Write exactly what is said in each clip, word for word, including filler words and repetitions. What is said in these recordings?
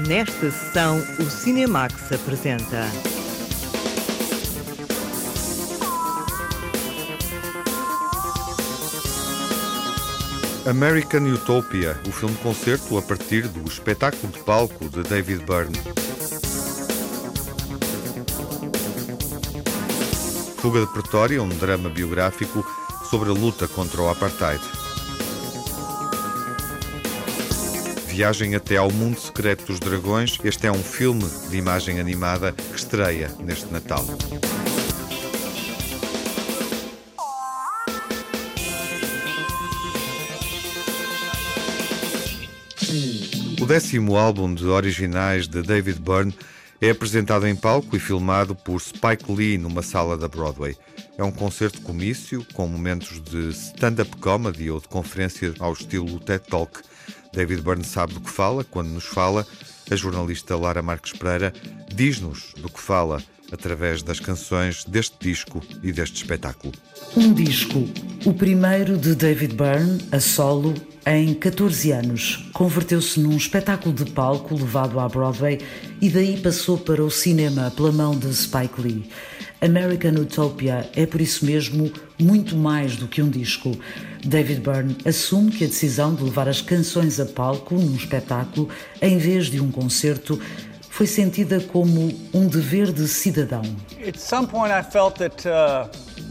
Nesta sessão, o Cinemax apresenta American Utopia, o filme-concerto a partir do espetáculo de palco de David Byrne. Fuga de Pretória, um drama biográfico sobre a luta contra o apartheid. Viagem até ao mundo secreto dos dragões. Este é um filme de imagem animada que estreia neste Natal. O décimo álbum de originais de David Byrne é apresentado em palco e filmado por Spike Lee numa sala da Broadway. É um concerto-comício com momentos de stand-up comedy ou de conferência ao estilo TED Talk. David Byrne sabe do que fala quando nos fala. A jornalista Lara Marques Pereira diz-nos do que fala através das canções deste disco e deste espetáculo. Um disco, o primeiro de David Byrne, a solo, em catorze anos. Converteu-se num espetáculo de palco levado à Broadway e daí passou para o cinema pela mão de Spike Lee. American Utopia é por isso mesmo muito mais do que um disco. David Byrne assume que a decisão de levar as canções a palco num espetáculo, em vez de um concerto, foi sentida como um dever de cidadão. At some point I felt that uh...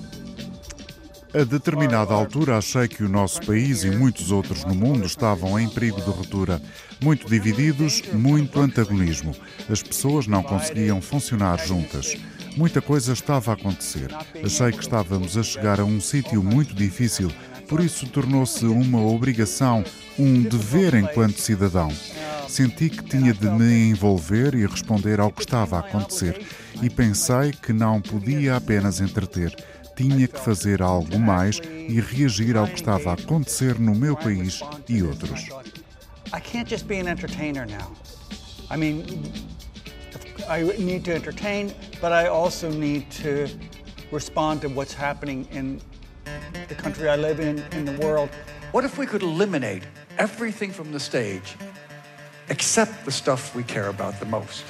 A determinada altura achei que o nosso país e muitos outros no mundo estavam em perigo de ruptura. Muito divididos, muito antagonismo. As pessoas não conseguiam funcionar juntas. Muita coisa estava a acontecer. Achei que estávamos a chegar a um sítio muito difícil, por isso tornou-se uma obrigação, um dever enquanto cidadão. Senti que tinha de me envolver e responder ao que estava a acontecer e pensei que não podia apenas entreter. Tinha que fazer algo mais e reagir ao que estava a acontecer no meu país e outros. I can't just be an entertainer now. I mean, I need to entertain, but I also need to respond to what's happening in the country I live in, in the world. What if we could eliminate everything from the stage except the stuff we care about the most?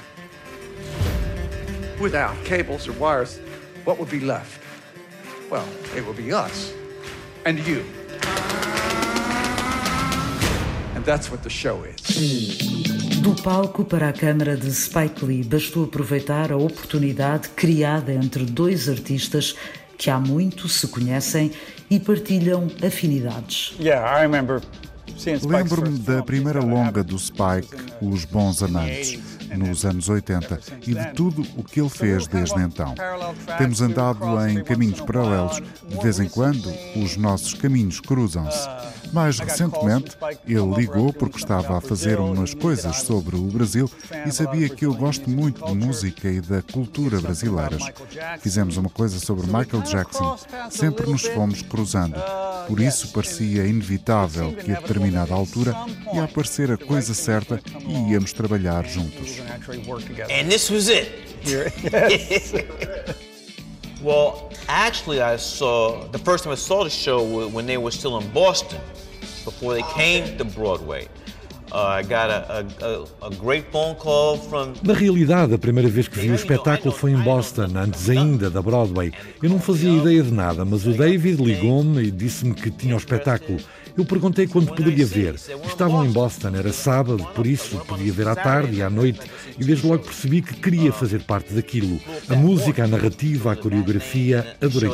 Without cables or wires, what would be left? Well, it will be us and you. And that's what the show is. Do palco para a câmara de Spike Lee, bastou aproveitar a oportunidade criada entre dois artistas que há muito se conhecem e partilham afinidades. Yeah, I remember Lembro-me da primeira longa do Spike, Os Bons Amantes, nos anos oitenta, e de tudo o que ele fez desde então. Temos andado em caminhos paralelos. De vez em quando, os nossos caminhos cruzam-se. Mais recentemente, ele ligou porque estava a fazer umas coisas sobre o Brasil e sabia que eu gosto muito de música e da cultura brasileiras. Fizemos uma coisa sobre Michael Jackson. Sempre nos fomos cruzando. Por isso parecia inevitável que a determinada altura ia aparecer a coisa certa e íamos trabalhar juntos. And this was it. Yes. Well, actually, I saw the first time I saw the show when they were still in Boston, before they came to Broadway. Uh, I got a, a, a great phone call from... Na realidade, a primeira vez que vi o espetáculo foi em Boston, antes ainda da Broadway. Eu não fazia ideia de nada, mas o David ligou-me e disse-me que tinha o espetáculo. Eu perguntei quando poderia ver. Estavam em Boston, era sábado, por isso podia ver à tarde e à noite, e desde logo percebi que queria fazer parte daquilo. A música, a narrativa, a coreografia, adorei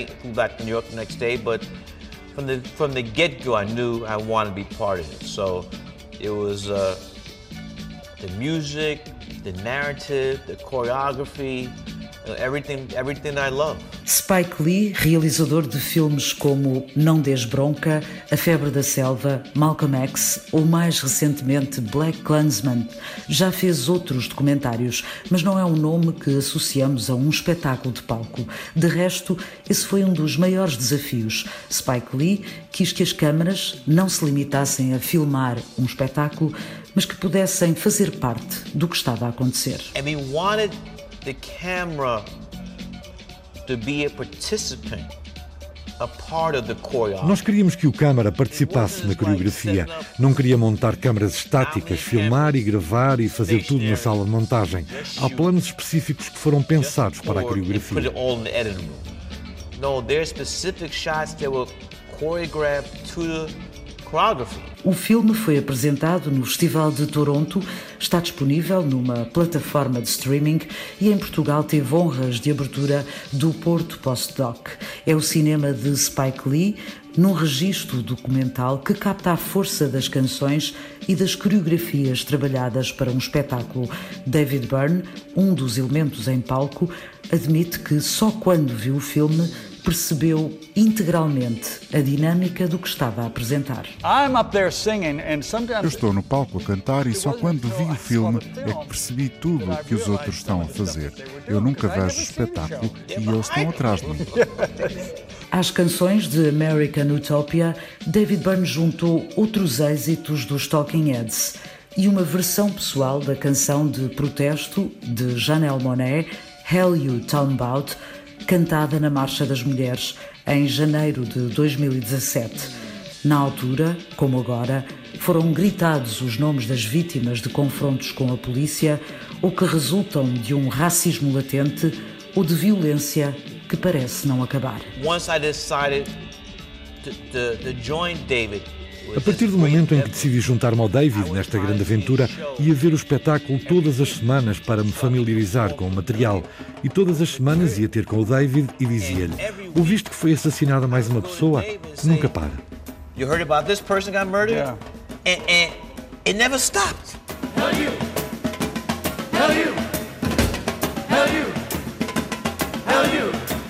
tudo. From the from the get-go, I knew I wanted to be part of it. So it was uh, the music, the narrative, the choreography, everything, everything I love. Spike Lee, realizador de filmes como Não Des Bronca, A Febre da Selva, Malcolm X ou mais recentemente Black Klansman, já fez outros documentários, mas não é um nome que associamos a um espetáculo de palco. De resto, esse foi um dos maiores desafios. Spike Lee quis que as câmaras não se limitassem a filmar um espetáculo, mas que pudessem fazer parte do que estava a acontecer. And we wanted the camera to be a participant a part of the choreography. Nós queríamos que o câmara participasse na coreografia. Não queria montar câmaras estáticas, filmar e gravar e fazer tudo na sala de montagem. Há planos específicos que foram pensados para a coreografia. No, there's specific shots that were choreographed to the choreography. O filme foi apresentado no Festival de Toronto, está disponível numa plataforma de streaming e em Portugal teve honras de abertura do Porto Postdoc. É o cinema de Spike Lee, num registro documental que capta a força das canções e das coreografias trabalhadas para um espetáculo. David Byrne, um dos elementos em palco, admite que só quando viu o filme percebeu integralmente a dinâmica do que estava a apresentar. Eu estou no palco a cantar e só quando vi o filme é que percebi tudo o que os outros estão a fazer. Eu nunca vejo o espetáculo e eles estão atrás de mim. Às canções de American Utopia, David Byrne juntou outros êxitos dos Talking Heads e uma versão pessoal da canção de protesto de Janelle Monáe, Hell You Talking About, cantada na Marcha das Mulheres em janeiro de dois mil e dezassete. Na altura, como agora, foram gritados os nomes das vítimas de confrontos com a polícia ou que resultam de um racismo latente ou de violência que parece não acabar. Once I decided to, to, to join David, a partir do momento em que decidi juntar-me ao David nesta grande aventura, ia ver o espetáculo todas as semanas para me familiarizar com o material. E todas as semanas ia ter com o David e dizia-lhe: ouviste que foi assassinada mais uma pessoa? Nunca para. You heard about this person got murdered? Yeah. And, and it never stopped. Hell you! Hell you! Hell you! Hell you!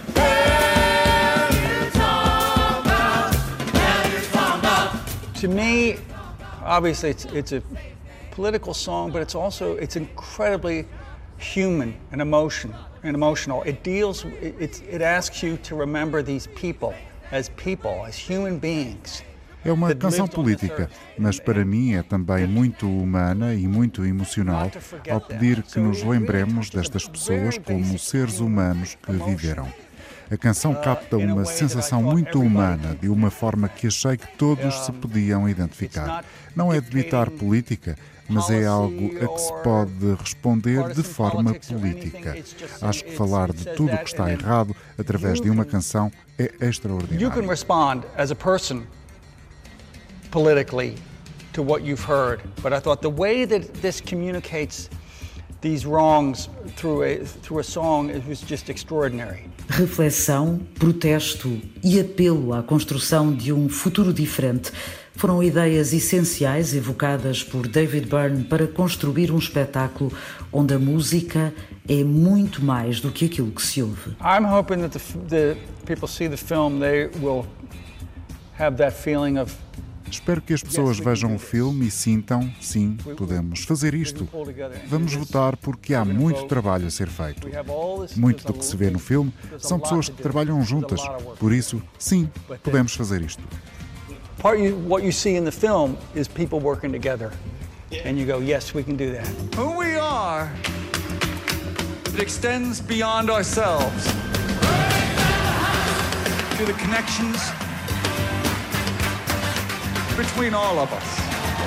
To me, obviously, it's, it's a political song, but it's also it's incredibly human and emotion and emotional. It deals, it, it, it asks you to remember these people as people, as human beings. É uma canção política, mas para mim é também muito humana e muito emocional ao pedir que nos lembremos destas pessoas como seres humanos que viveram. A canção capta uma sensação muito humana, de uma forma que achei que todos se podiam identificar. Não é debitar política, mas é algo a que se pode responder de forma política. Acho que falar de tudo o que está errado através de uma canção é extraordinário. You can respond as a person politically to what you've heard, but I thought the way that this communicates these wrongs through a through a song, it was just extraordinary. Reflexão, protesto e apelo à construção de um futuro diferente foram ideias essenciais evocadas por David Byrne para construir um espetáculo onde a música é muito mais do que aquilo que se ouve. I'm hoping that the, the people see the film, they will have that feeling of Espero que as pessoas vejam o filme e sintam, sim, podemos fazer isto. Vamos votar porque há muito trabalho a ser feito. Muito do que se vê no filme são pessoas que trabalham juntas. Por isso, sim, podemos fazer isto. Part of what you see in the film is people working together. And you go, yes, we can do that. Who we are, it extends beyond ourselves to the connections between all of us.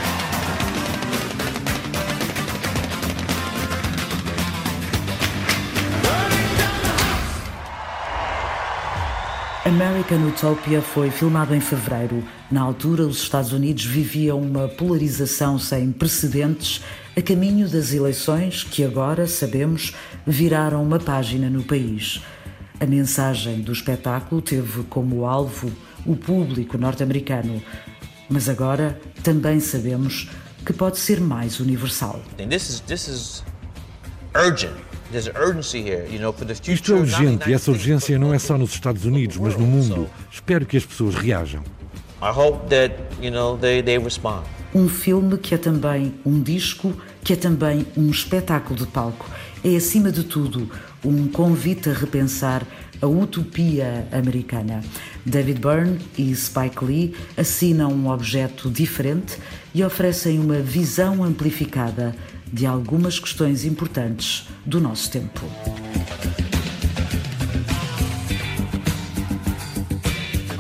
American Utopia foi filmado em fevereiro. Na altura, os Estados Unidos viviam uma polarização sem precedentes a caminho das eleições que agora, sabemos, viraram uma página no país. A mensagem do espetáculo teve como alvo o público norte-americano, mas agora também sabemos que pode ser mais universal. This is, this is urgent. There's urgency here, you know, for the future. Isto é urgente e essa urgência não é só nos Estados Unidos, mas no mundo. Espero que as pessoas reajam. I hope that, you know, they, they respond. Um filme que é também um disco, que é também um espetáculo de palco. É, acima de tudo, um convite a repensar a utopia americana. David Byrne e Spike Lee assinam um objeto diferente e oferecem uma visão amplificada de algumas questões importantes do nosso tempo.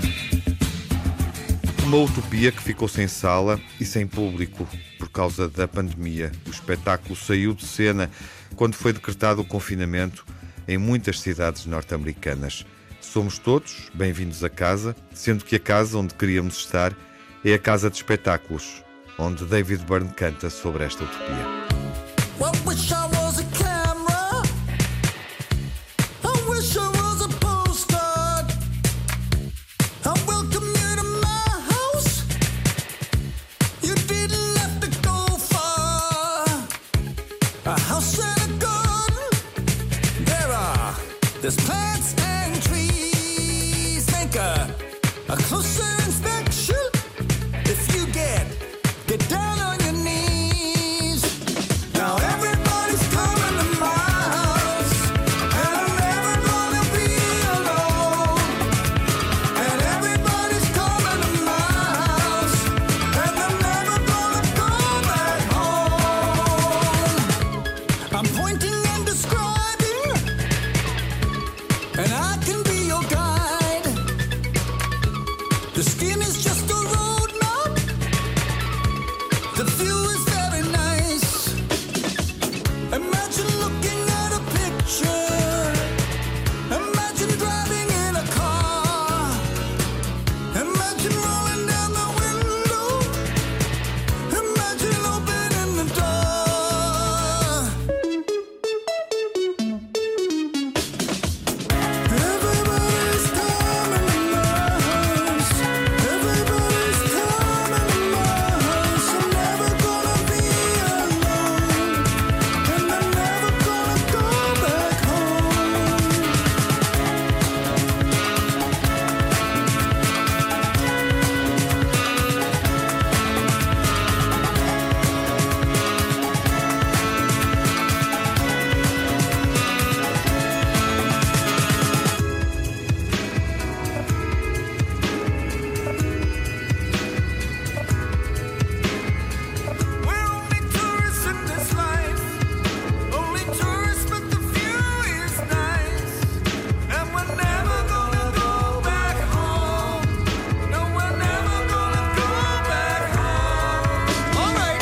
Uma utopia que ficou sem sala e sem público por causa da pandemia. O espetáculo saiu de cena quando foi decretado o confinamento em muitas cidades norte-americanas. Somos todos bem-vindos a casa, sendo que a casa onde queríamos estar é a casa de espetáculos, onde David Byrne canta sobre esta utopia. There's plants and trees. Think a, a closer inspection. If you get get down on your knees. Now everybody's coming to my house, and I'm never gonna be alone. And everybody's coming to my house, and I'm never gonna go back home. I'm pointing and describing. And I can be your guide. The skin is just a road map. The view is very nice. Imagine looking at a picture. Imagine driving in a car. Imagine rolling down the window. Imagine opening the door. Everybody's coming to my house. Everybody's coming to my house. I'm never gonna be alone, and I'm never gonna go back home. We're only tourists in this life. Only tourists, but the view is nice. And we're never gonna go back home. No, we're never gonna go back home. All right.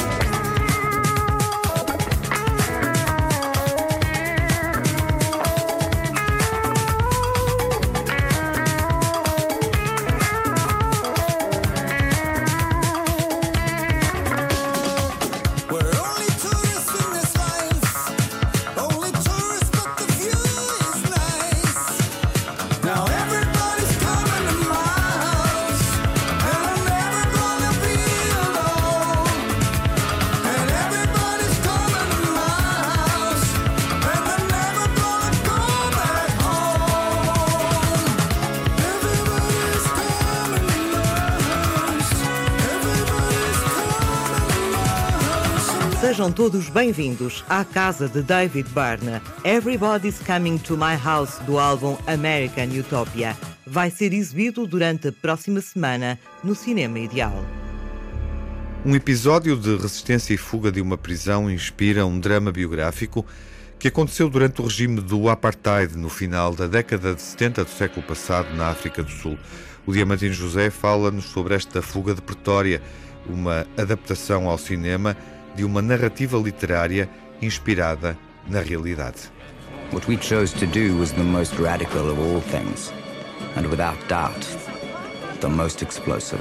We're only tourists in this life. Only tourists, but the view is nice. Now everybody's coming to my house, and I'm never gonna be alone. And everybody's coming to my house, and I'm never gonna go back home. Everybody's coming to my house. Everybody's coming to my house. Sejam todos bem-vindos à casa de David Byrne. Everybody's Coming to My House, do álbum American Utopia. Vai ser exibido durante a próxima semana no Cinema Ideal. Um episódio de resistência e fuga de uma prisão inspira um drama biográfico que aconteceu durante o regime do Apartheid no final da década de setenta do século passado na África do Sul. O Diamantino José fala-nos sobre esta fuga de Pretória, uma adaptação ao cinema de uma narrativa literária inspirada na realidade. What we chose to do was the most radical of all things, and without doubt, the most explosive.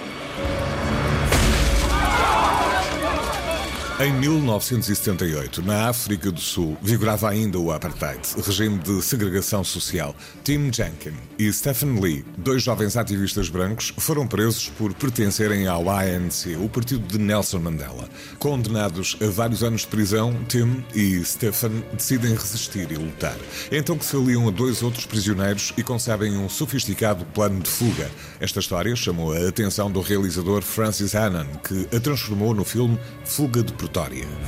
Em mil novecentos e setenta e oito, na África do Sul, vigorava ainda o Apartheid, regime de segregação social. Tim Jenkin e Stephen Lee, dois jovens ativistas brancos, foram presos por pertencerem ao A N C, o partido de Nelson Mandela. Condenados a vários anos de prisão, Tim e Stephen decidem resistir e lutar. É então que se aliam a dois outros prisioneiros e concebem um sofisticado plano de fuga. Esta história chamou a atenção do realizador Francis Hannon, que a transformou no filme Fuga de Pretória.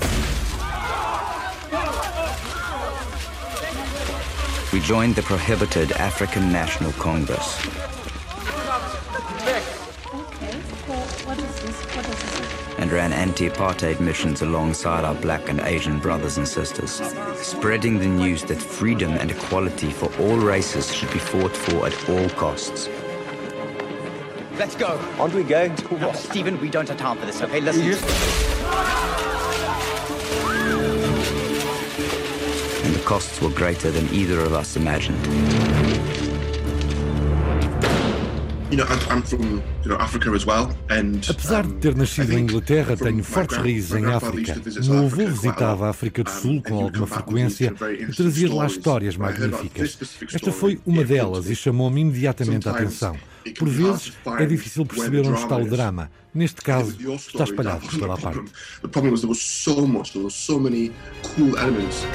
We joined the prohibited African National Congress. And ran anti-apartheid missions alongside our black and Asian brothers and sisters, spreading the news that freedom and equality for all races should be fought for at all costs. Let's go. On we go. No, Stephen, we don't have time for this, okay? Listen. And the costs were greater than either of us imagined. You know, I'm from, you know, Africa as well, and, Apesar de ter nascido em Inglaterra, tenho fortes raízes em África. O meu avô visitava a África do Sul com alguma frequência e trazia lá histórias magníficas. Esta foi uma delas e chamou-me imediatamente a atenção. Por vezes é difícil perceber onde está o drama. Neste caso, está espalhado por toda a parte. The problem was there was so much, there were so many cool elements.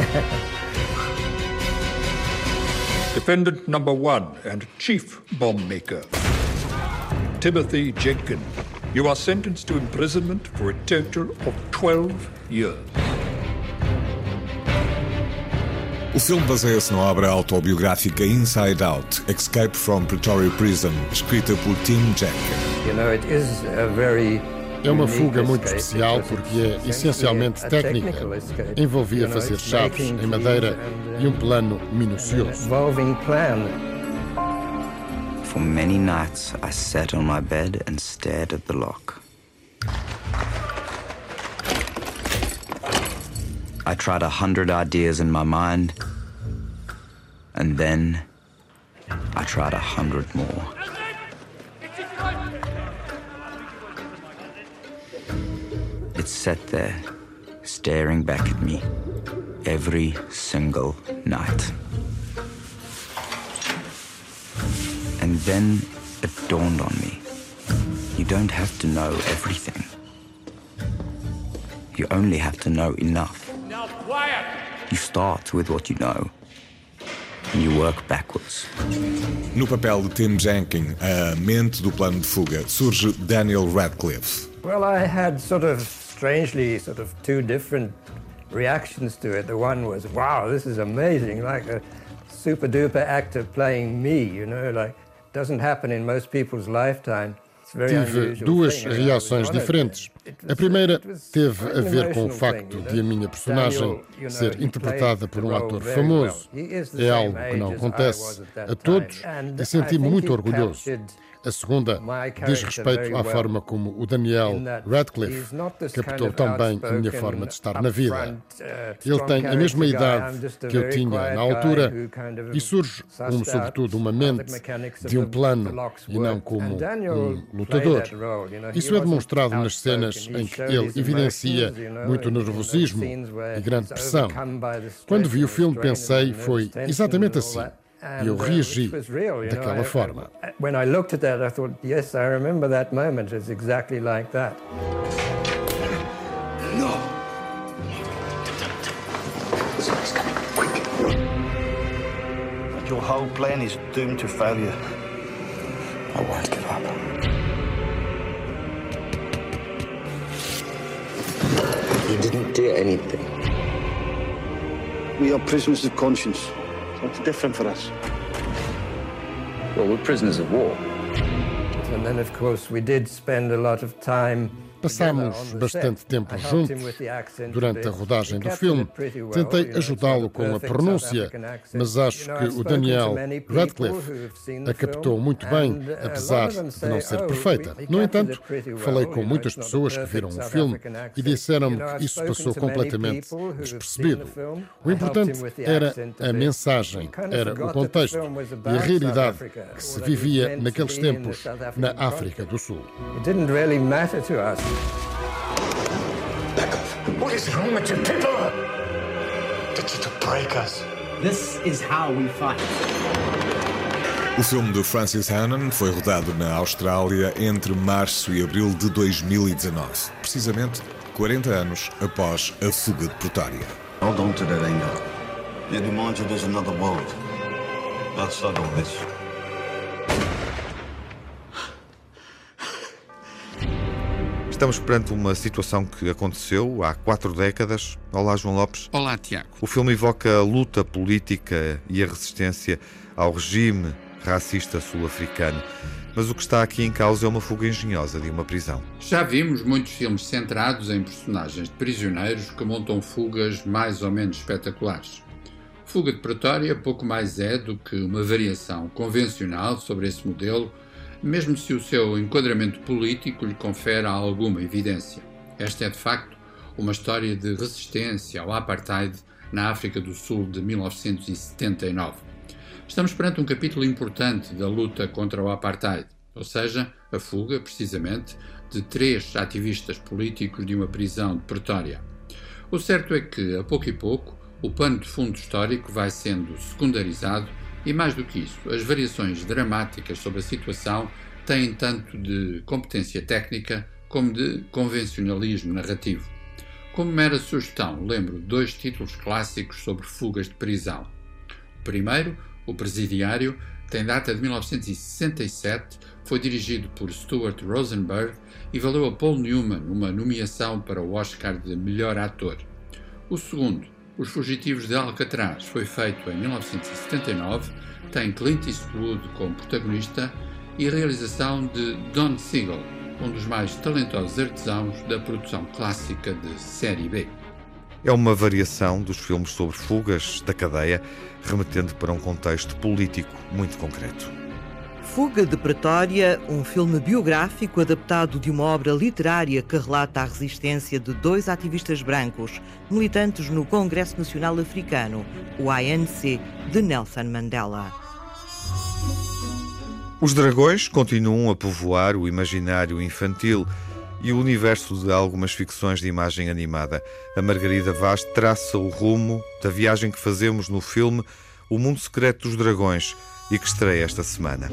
Defendant number one and chief bomb maker, Timothy Jenkins. You are sentenced to imprisonment for a total of twelve years. O filme baseia-se na obra autobiográfica Inside Out, Escape from Pretoria Prison, escrita por Tim Jenkins. You know, it is a very É uma fuga muito especial porque é essencialmente técnica. Envolvia fazer chaves em madeira e um plano minucioso. For many nights I sat on my bed and stared at the lock. I tried a hundred ideas in my mind, and then I tried a hundred more. It sat there, staring back at me, every single night. And then it dawned on me. You don't have to know everything. You only have to know enough. Now quiet! You start with what you know, and you work backwards. No papel de Tim Jenkins, a mente do plano de fuga, surge Daniel Radcliffe. Well, I had sort of strangely sort of two different reactions to it. The one was, wow, this is amazing, like a super duper actor playing me, you know, like doesn't happen in most people's lifetime. Tive duas reações diferentes. A primeira teve a ver com o facto de a minha personagem ser interpretada por um ator famoso. É algo que não acontece a todos e senti-me muito orgulhoso. A segunda diz respeito à forma como o Daniel Radcliffe captou tão bem a minha forma de estar na vida. Ele tem a mesma idade que eu tinha na altura e surge como, sobretudo, uma mente de um plano e não como um lutador. Isso é demonstrado nas cenas em que ele evidencia muito nervosismo e grande pressão. Quando vi o filme pensei, foi exatamente assim. E eu reagi daquela forma. When I looked at that, I thought, yes, I remember that moment. It's exactly like that. No. Someone's coming. Quick. Your whole plan is doomed to failure. I won't give up. You didn't do anything. We are prisoners of conscience. What's different for us? Well, we're prisoners of war. And then, of course, we did spend a lot of time. Passámos bastante tempo juntos durante a rodagem do filme. Tentei ajudá-lo com a pronúncia, mas acho que o Daniel Radcliffe a captou muito bem, apesar de não ser perfeita. No entanto, falei com muitas pessoas que viram o filme e disseram-me que isso passou completamente despercebido. O importante era a mensagem, era o contexto e a realidade que se vivia naqueles tempos na África do Sul. Back off. What is wrong with you people? Did you to break us? This is how we fight. O filme de Francis Hannon foi rodado na Austrália entre março e abril de dois mil e dezanove, precisamente quarenta anos após a fuga de Pretória. Hold on to that anger. It reminds you there's another world outside all this. Estamos perante uma situação que aconteceu há quatro décadas. Olá, João Lopes. Olá, Tiago. O filme evoca a luta política e a resistência ao regime racista sul-africano. Mas o que está aqui em causa é uma fuga engenhosa de uma prisão. Já vimos muitos filmes centrados em personagens de prisioneiros que montam fugas mais ou menos espetaculares. Fuga de Pretória pouco mais é do que uma variação convencional sobre esse modelo, mesmo se o seu enquadramento político lhe confere alguma evidência. Esta é, de facto, uma história de resistência ao apartheid na África do Sul de mil novecentos e setenta e nove. Estamos perante um capítulo importante da luta contra o apartheid, ou seja, a fuga, precisamente, de três ativistas políticos de uma prisão de Pretória. O certo é que, a pouco e pouco, o pano de fundo histórico vai sendo secundarizado e, mais do que isso, as variações dramáticas sobre a situação têm tanto de competência técnica como de convencionalismo narrativo. Como mera sugestão, lembro dois títulos clássicos sobre fugas de prisão. O primeiro, O Presidiário, tem data de mil novecentos e sessenta e sete, foi dirigido por Stuart Rosenberg e valeu a Paul Newman uma nomeação para o Oscar de melhor ator. O segundo, Os Fugitivos de Alcatraz, foi feito em mil novecentos e setenta e nove, tem Clint Eastwood como protagonista e a realização de Don Siegel, um dos mais talentosos artesãos da produção clássica de série B. É uma variação dos filmes sobre fugas da cadeia, remetendo para um contexto político muito concreto. Fuga de Pretória, um filme biográfico adaptado de uma obra literária que relata a resistência de dois ativistas brancos, militantes no Congresso Nacional Africano, o A N C, de Nelson Mandela. Os dragões continuam a povoar o imaginário infantil e o universo de algumas ficções de imagem animada. A Margarida Vaz traça o rumo da viagem que fazemos no filme O Mundo Secreto dos Dragões e que estreia esta semana.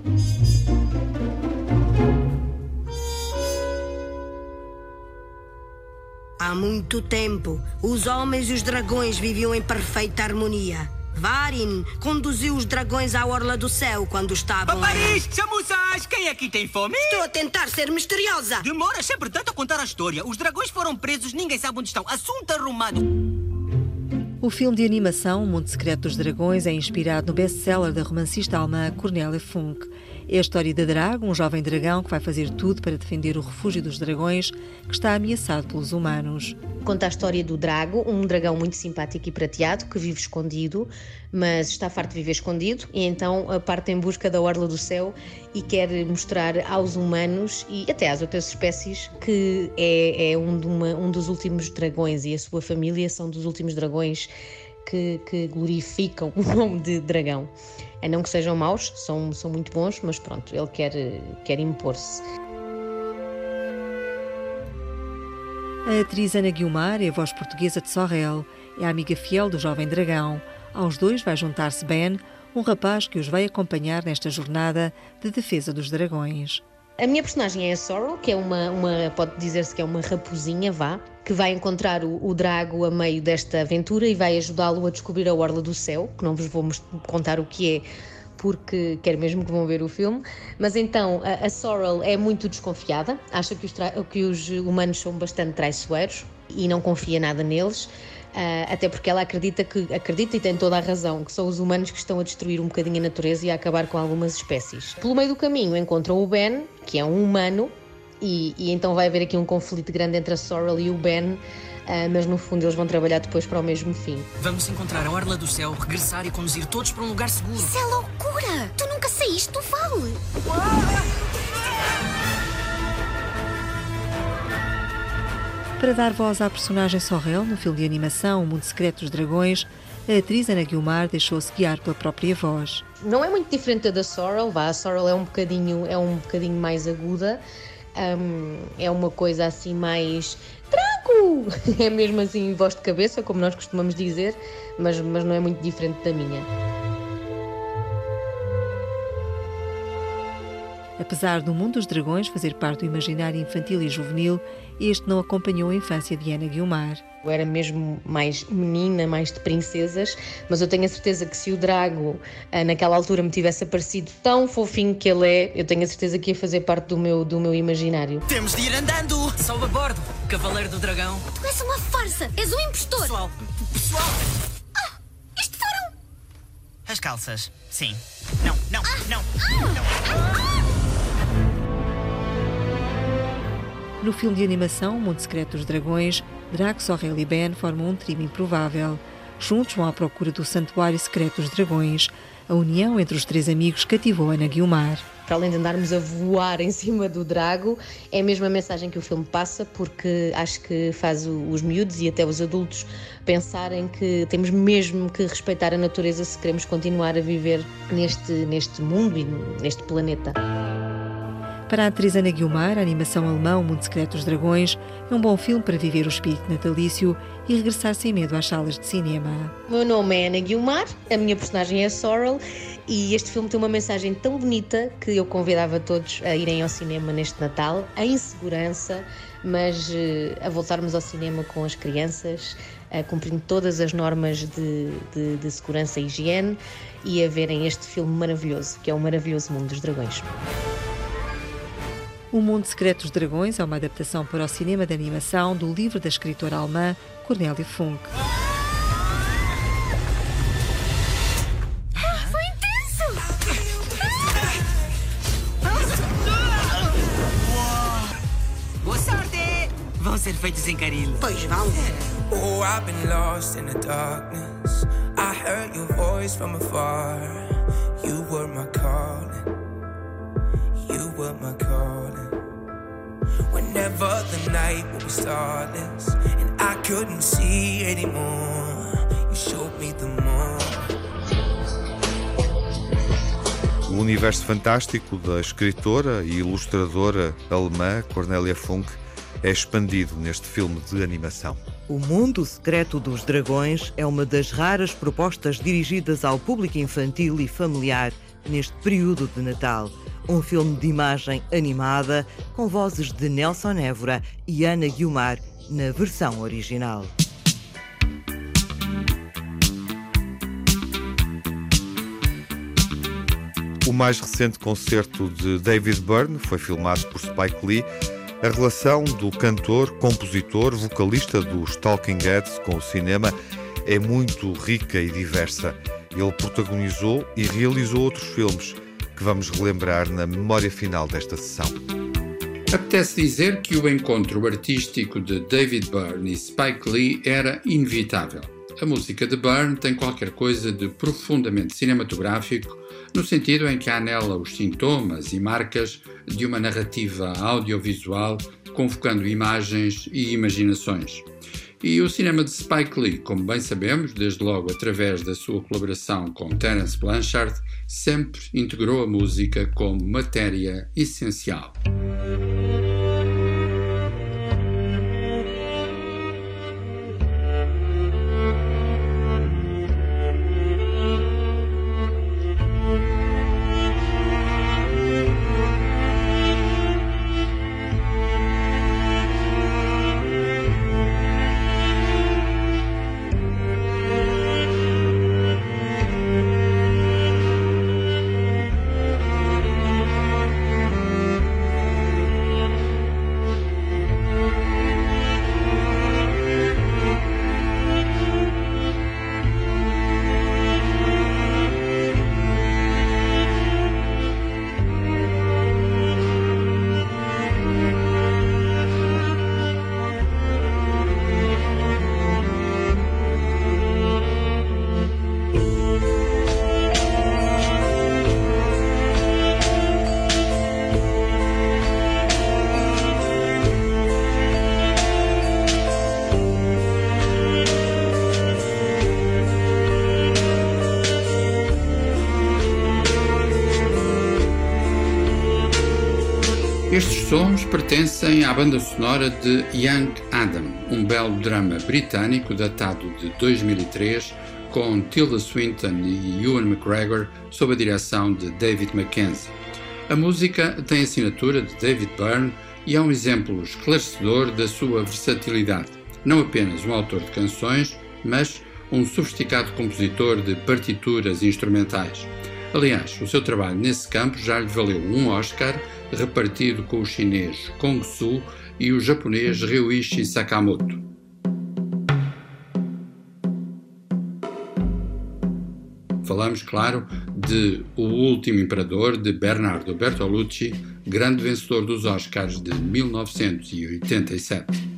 Há muito tempo, os homens e os dragões viviam em perfeita harmonia. Varin conduziu os dragões à orla do céu quando estavam... Paparis, chamuças, quem aqui tem fome? Estou a tentar ser misteriosa. Demora sempre tanto a contar a história. Os dragões foram presos, ninguém sabe onde estão. Assunto arrumado. O filme de animação O Mundo Secreto dos Dragões é inspirado no best-seller da romancista alemã Cornélia Funke. É a história de Drago, um jovem dragão que vai fazer tudo para defender o refúgio dos dragões, que está ameaçado pelos humanos. Conta a história do Drago, um dragão muito simpático e prateado, que vive escondido, mas está farto de viver escondido, e então parte em busca da orla do céu e quer mostrar aos humanos e até às outras espécies que é, é um, de uma, um dos últimos dragões, e a sua família são dos últimos dragões que, que glorificam o nome de dragão. A não que sejam maus, são, são muito bons, mas pronto, ele quer, quer impor-se. A atriz Ana Guiomar é a voz portuguesa de Sorrel, é a amiga fiel do jovem dragão. Aos dois vai juntar-se Ben, um rapaz que os vai acompanhar nesta jornada de defesa dos dragões. A minha personagem é a Sorrel, que é uma, uma pode dizer-se que é uma raposinha, vá, que vai encontrar o, o Drago a meio desta aventura e vai ajudá-lo a descobrir a Orla do Céu, que não vos vou contar o que é, porque quero mesmo que vão ver o filme. Mas então, a, a Sorrel é muito desconfiada, acha que os, que os humanos são bastante traiçoeiros e não confia nada neles. Uh, até porque ela acredita, que, acredita e tem toda a razão, que são os humanos que estão a destruir um bocadinho a natureza e a acabar com algumas espécies. Pelo meio do caminho encontram o Ben, que é um humano, e, e então vai haver aqui um conflito grande entre a Sorrel e o Ben, uh, mas no fundo eles vão trabalhar depois para o mesmo fim. Vamos encontrar a Orla do Céu, regressar e conduzir todos para um lugar seguro. Isso é loucura! Tu nunca saíste do vale! Para dar voz à personagem Sorrel no filme de animação O Mundo Secreto dos Dragões, a atriz Ana Guiomar deixou-se guiar pela própria voz. Não é muito diferente da Sorrel, vá, a Sorrel é um bocadinho, é um bocadinho mais aguda, um, é uma coisa assim mais... Drago! É mesmo assim voz de cabeça, como nós costumamos dizer, mas, mas não é muito diferente da minha. Apesar do Mundo dos Dragões fazer parte do imaginário infantil e juvenil, este não acompanhou a infância de Ana Guiomar. Eu era mesmo mais menina, mais de princesas, mas eu tenho a certeza que se o Drago naquela altura me tivesse aparecido tão fofinho que ele é, eu tenho a certeza que ia fazer parte do meu, do meu imaginário. Temos de ir andando! Sobe a bordo, Cavaleiro do Dragão. Tu és uma farsa, és um impostor! Pessoal, pessoal! Ah, isto foram... As calças, sim. Não, não, ah, não, ah, não. Ah, ah. No filme de animação O Mundo Secreto dos Dragões, Drago, Sorrel e Ben formam um trio improvável. Juntos vão à procura do Santuário Secreto dos Dragões. A união entre os três amigos cativou Ana Guiomar. Para além de andarmos a voar em cima do drago, é a mesma mensagem que o filme passa, porque acho que faz os miúdos e até os adultos pensarem que temos mesmo que respeitar a natureza se queremos continuar a viver neste, neste mundo e neste planeta. Para a atriz Ana Guiomar, a animação alemã O Mundo Secreto dos Dragões é um bom filme para viver o espírito natalício e regressar sem medo às salas de cinema. O meu nome é Ana Guiomar, a minha personagem é a Sorrel e este filme tem uma mensagem tão bonita que eu convidava todos a irem ao cinema neste Natal, em segurança, mas a voltarmos ao cinema com as crianças, cumprindo todas as normas de, de, de segurança e higiene e a verem este filme maravilhoso, que é o maravilhoso Mundo dos Dragões. O Mundo Secreto dos Dragões é uma adaptação para o cinema de animação do livro da escritora alemã Cornélia Funk. Ah, foi intenso! Boa sorte! Vão ser feitos em carinho. Pois vão. Oh, I've been lost in the darkness. I heard your voice from afar. You were my calling. You were my calling. Whenever the night will be starless and I couldn't see anymore, you showed me the more. O universo fantástico da escritora e ilustradora alemã Cornélia Funk é expandido neste filme de animação. O Mundo Secreto dos Dragões é uma das raras propostas dirigidas ao público infantil e familiar neste período de Natal. Um filme de imagem animada com vozes de Nelson Évora e Ana Guiomar na versão original. O mais recente concerto de David Byrne foi filmado por Spike Lee. A relação do cantor, compositor, vocalista dos Talking Heads com o cinema é muito rica e diversa. Ele protagonizou e realizou outros filmes que vamos relembrar na memória final desta sessão. Apetece dizer que o encontro artístico de David Byrne e Spike Lee era inevitável. A música de Byrne tem qualquer coisa de profundamente cinematográfico, no sentido em que há nela os sintomas e marcas de uma narrativa audiovisual convocando imagens e imaginações. E o cinema de Spike Lee, como bem sabemos, desde logo através da sua colaboração com Terence Blanchard, sempre integrou a música como matéria essencial. Estes sons pertencem à banda sonora de Young Adam, um belo drama britânico datado de dois mil e três, com Tilda Swinton e Ewan McGregor sob a direção de David Mackenzie. A música tem a assinatura de David Byrne e é um exemplo esclarecedor da sua versatilidade. Não apenas um autor de canções, mas um sofisticado compositor de partituras instrumentais. Aliás, o seu trabalho nesse campo já lhe valeu um Oscar, repartido com o chinês Kong Su e o japonês Ryuichi Sakamoto. Falamos, claro, de O Último Imperador, de Bernardo Bertolucci, grande vencedor dos Oscars de mil novecentos e oitenta e sete.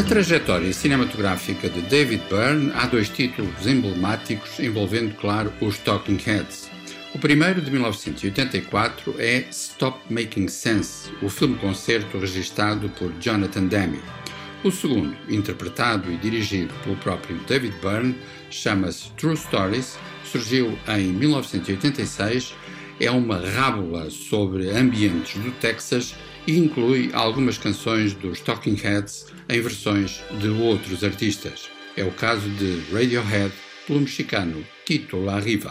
trajetória cinematográfica de David Byrne há dois títulos emblemáticos envolvendo, claro, os Talking Heads. O primeiro, de mil novecentos e oitenta e quatro, é Stop Making Sense, o filme-concerto registado por Jonathan Demme. O segundo, interpretado e dirigido pelo próprio David Byrne, chama-se True Stories, surgiu em mil novecentos e oitenta e seis, é uma rábula sobre ambientes do Texas e inclui algumas canções dos Talking Heads em versões de outros artistas. É o caso de Radiohead, pelo mexicano Tito Larriva.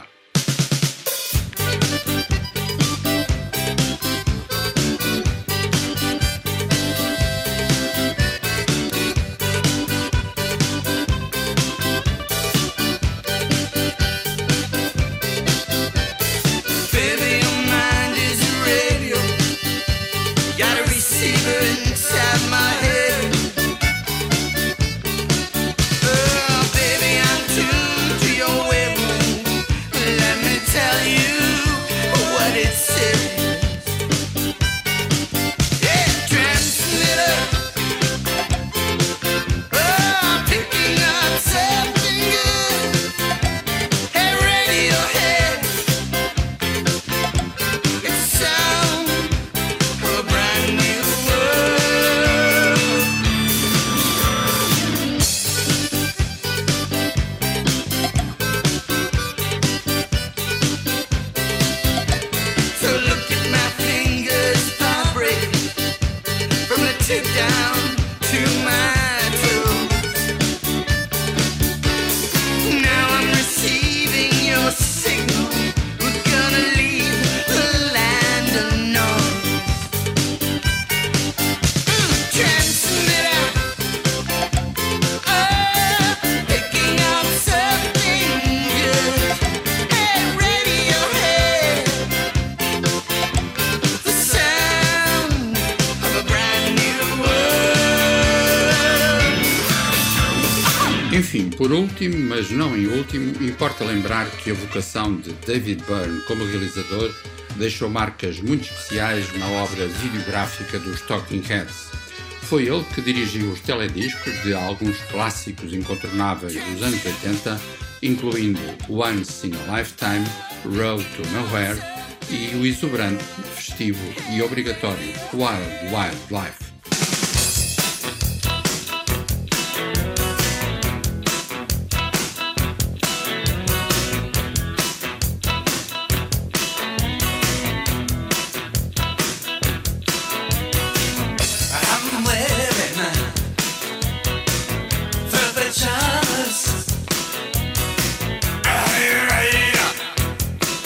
Enfim, por último, mas não em último, importa lembrar que a vocação de David Byrne como realizador deixou marcas muito especiais na obra videográfica dos Talking Heads. Foi ele que dirigiu os telediscos de alguns clássicos incontornáveis dos anos oitenta, incluindo Once in a Lifetime, Road to Nowhere e o exuberante, festivo e obrigatório Wild Wild Life.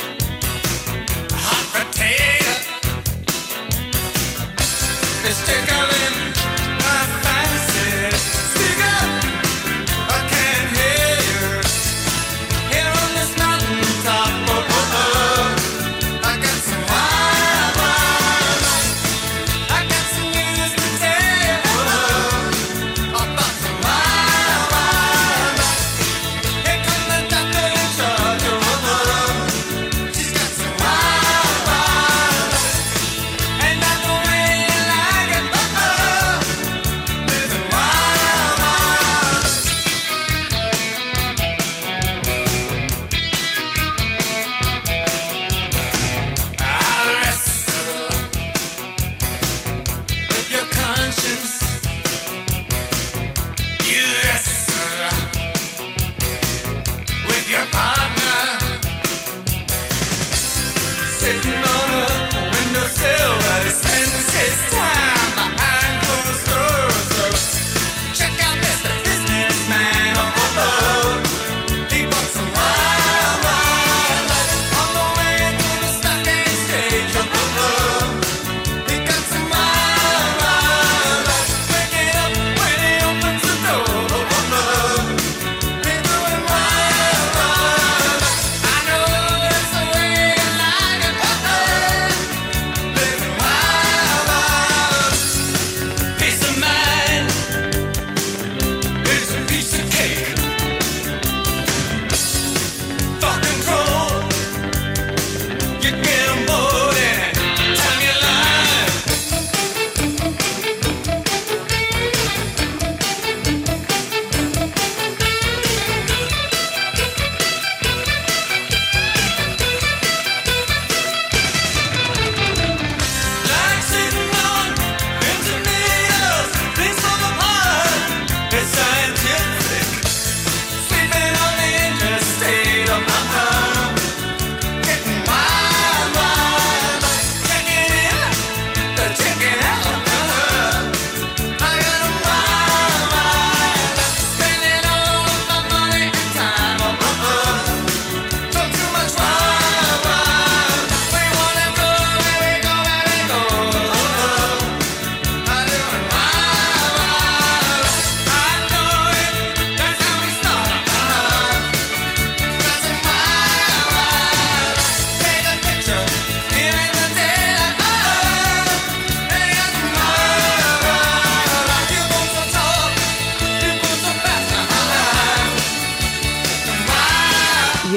Let's take a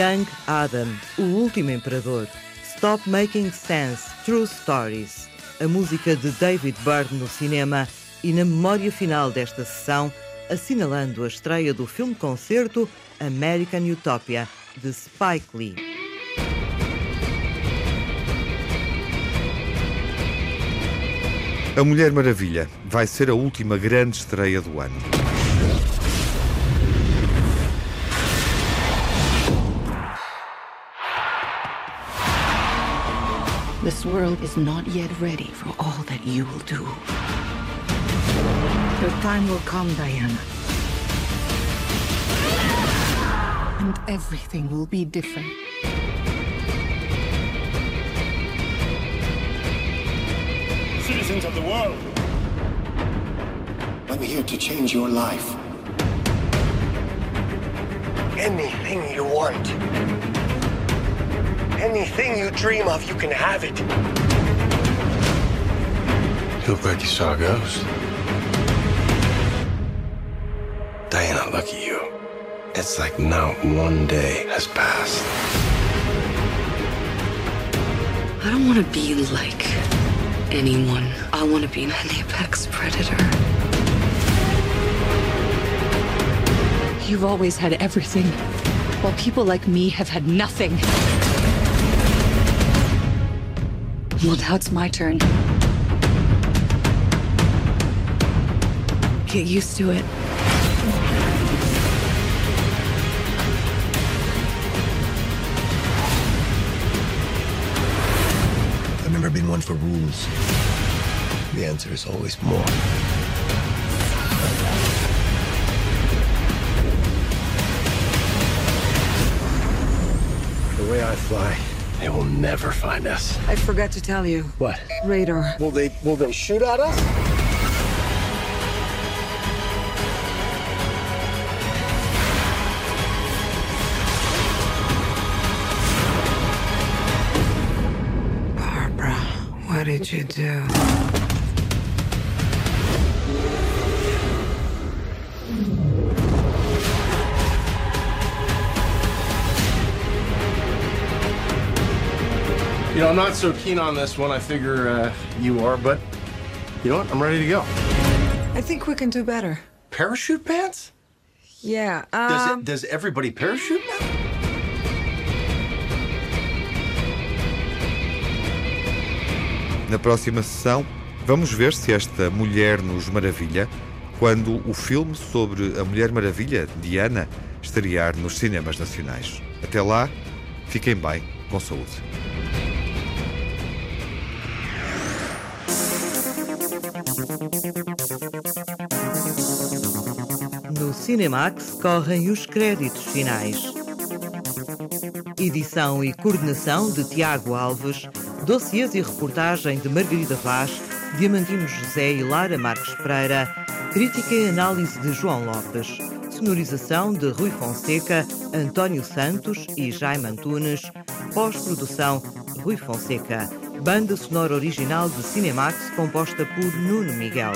Young Adam, o último imperador. Stop Making Sense, True Stories. A música de David Byrne no cinema e na memória final desta sessão, assinalando a estreia do filme-concerto American Utopia, de Spike Lee. A Mulher Maravilha vai ser a última grande estreia do ano. This world is not yet ready for all that you will do. Your time will come, Diana. And everything will be different. Citizens of the world, I'm here to change your life. Anything you want. Anything you dream of, you can have it. You look like you saw a ghost. Diana, look at you. It's like not one day has passed. I don't want to be like anyone. I want to be an apex predator. You've always had everything, while people like me have had nothing. Well, now it's my turn. Get used to it. I've never been one for rules. The answer is always more. The way I fly, they will never find us. I forgot to tell you. What? Radar. Will they will they shoot at us? Barbara, what did you do? You know, I'm not so keen on this one. I figure uh, you are, but you know what? I'm ready to go. I think we can do better. Parachute pants? Yeah, Does um... it, does everybody parachute now? Na próxima sessão, vamos ver se esta mulher nos maravilha quando o filme sobre a Mulher Maravilha, Diana, estrear nos cinemas nacionais. Até lá, fiquem bem, com saúde. No Cinemax correm os créditos finais. Edição e coordenação de Tiago Alves, dossiês e reportagem de Margarida Vaz, Diamantino José e Lara Marques Pereira, crítica e análise de João Lopes, sonorização de Rui Fonseca, António Santos e Jaime Antunes, pós-produção Rui Fonseca, banda sonora original de Cinemax composta por Nuno Miguel.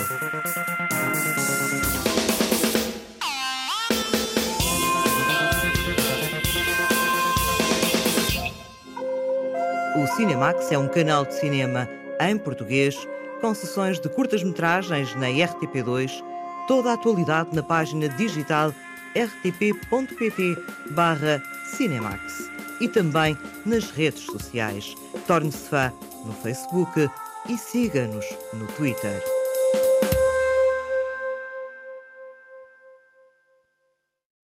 O Cinemax é um canal de cinema em português, com sessões de curtas-metragens na R T P dois, toda a atualidade na página digital r t p ponto p t barra Cinemax e também nas redes sociais. Torne-se fã no Facebook e siga-nos no Twitter.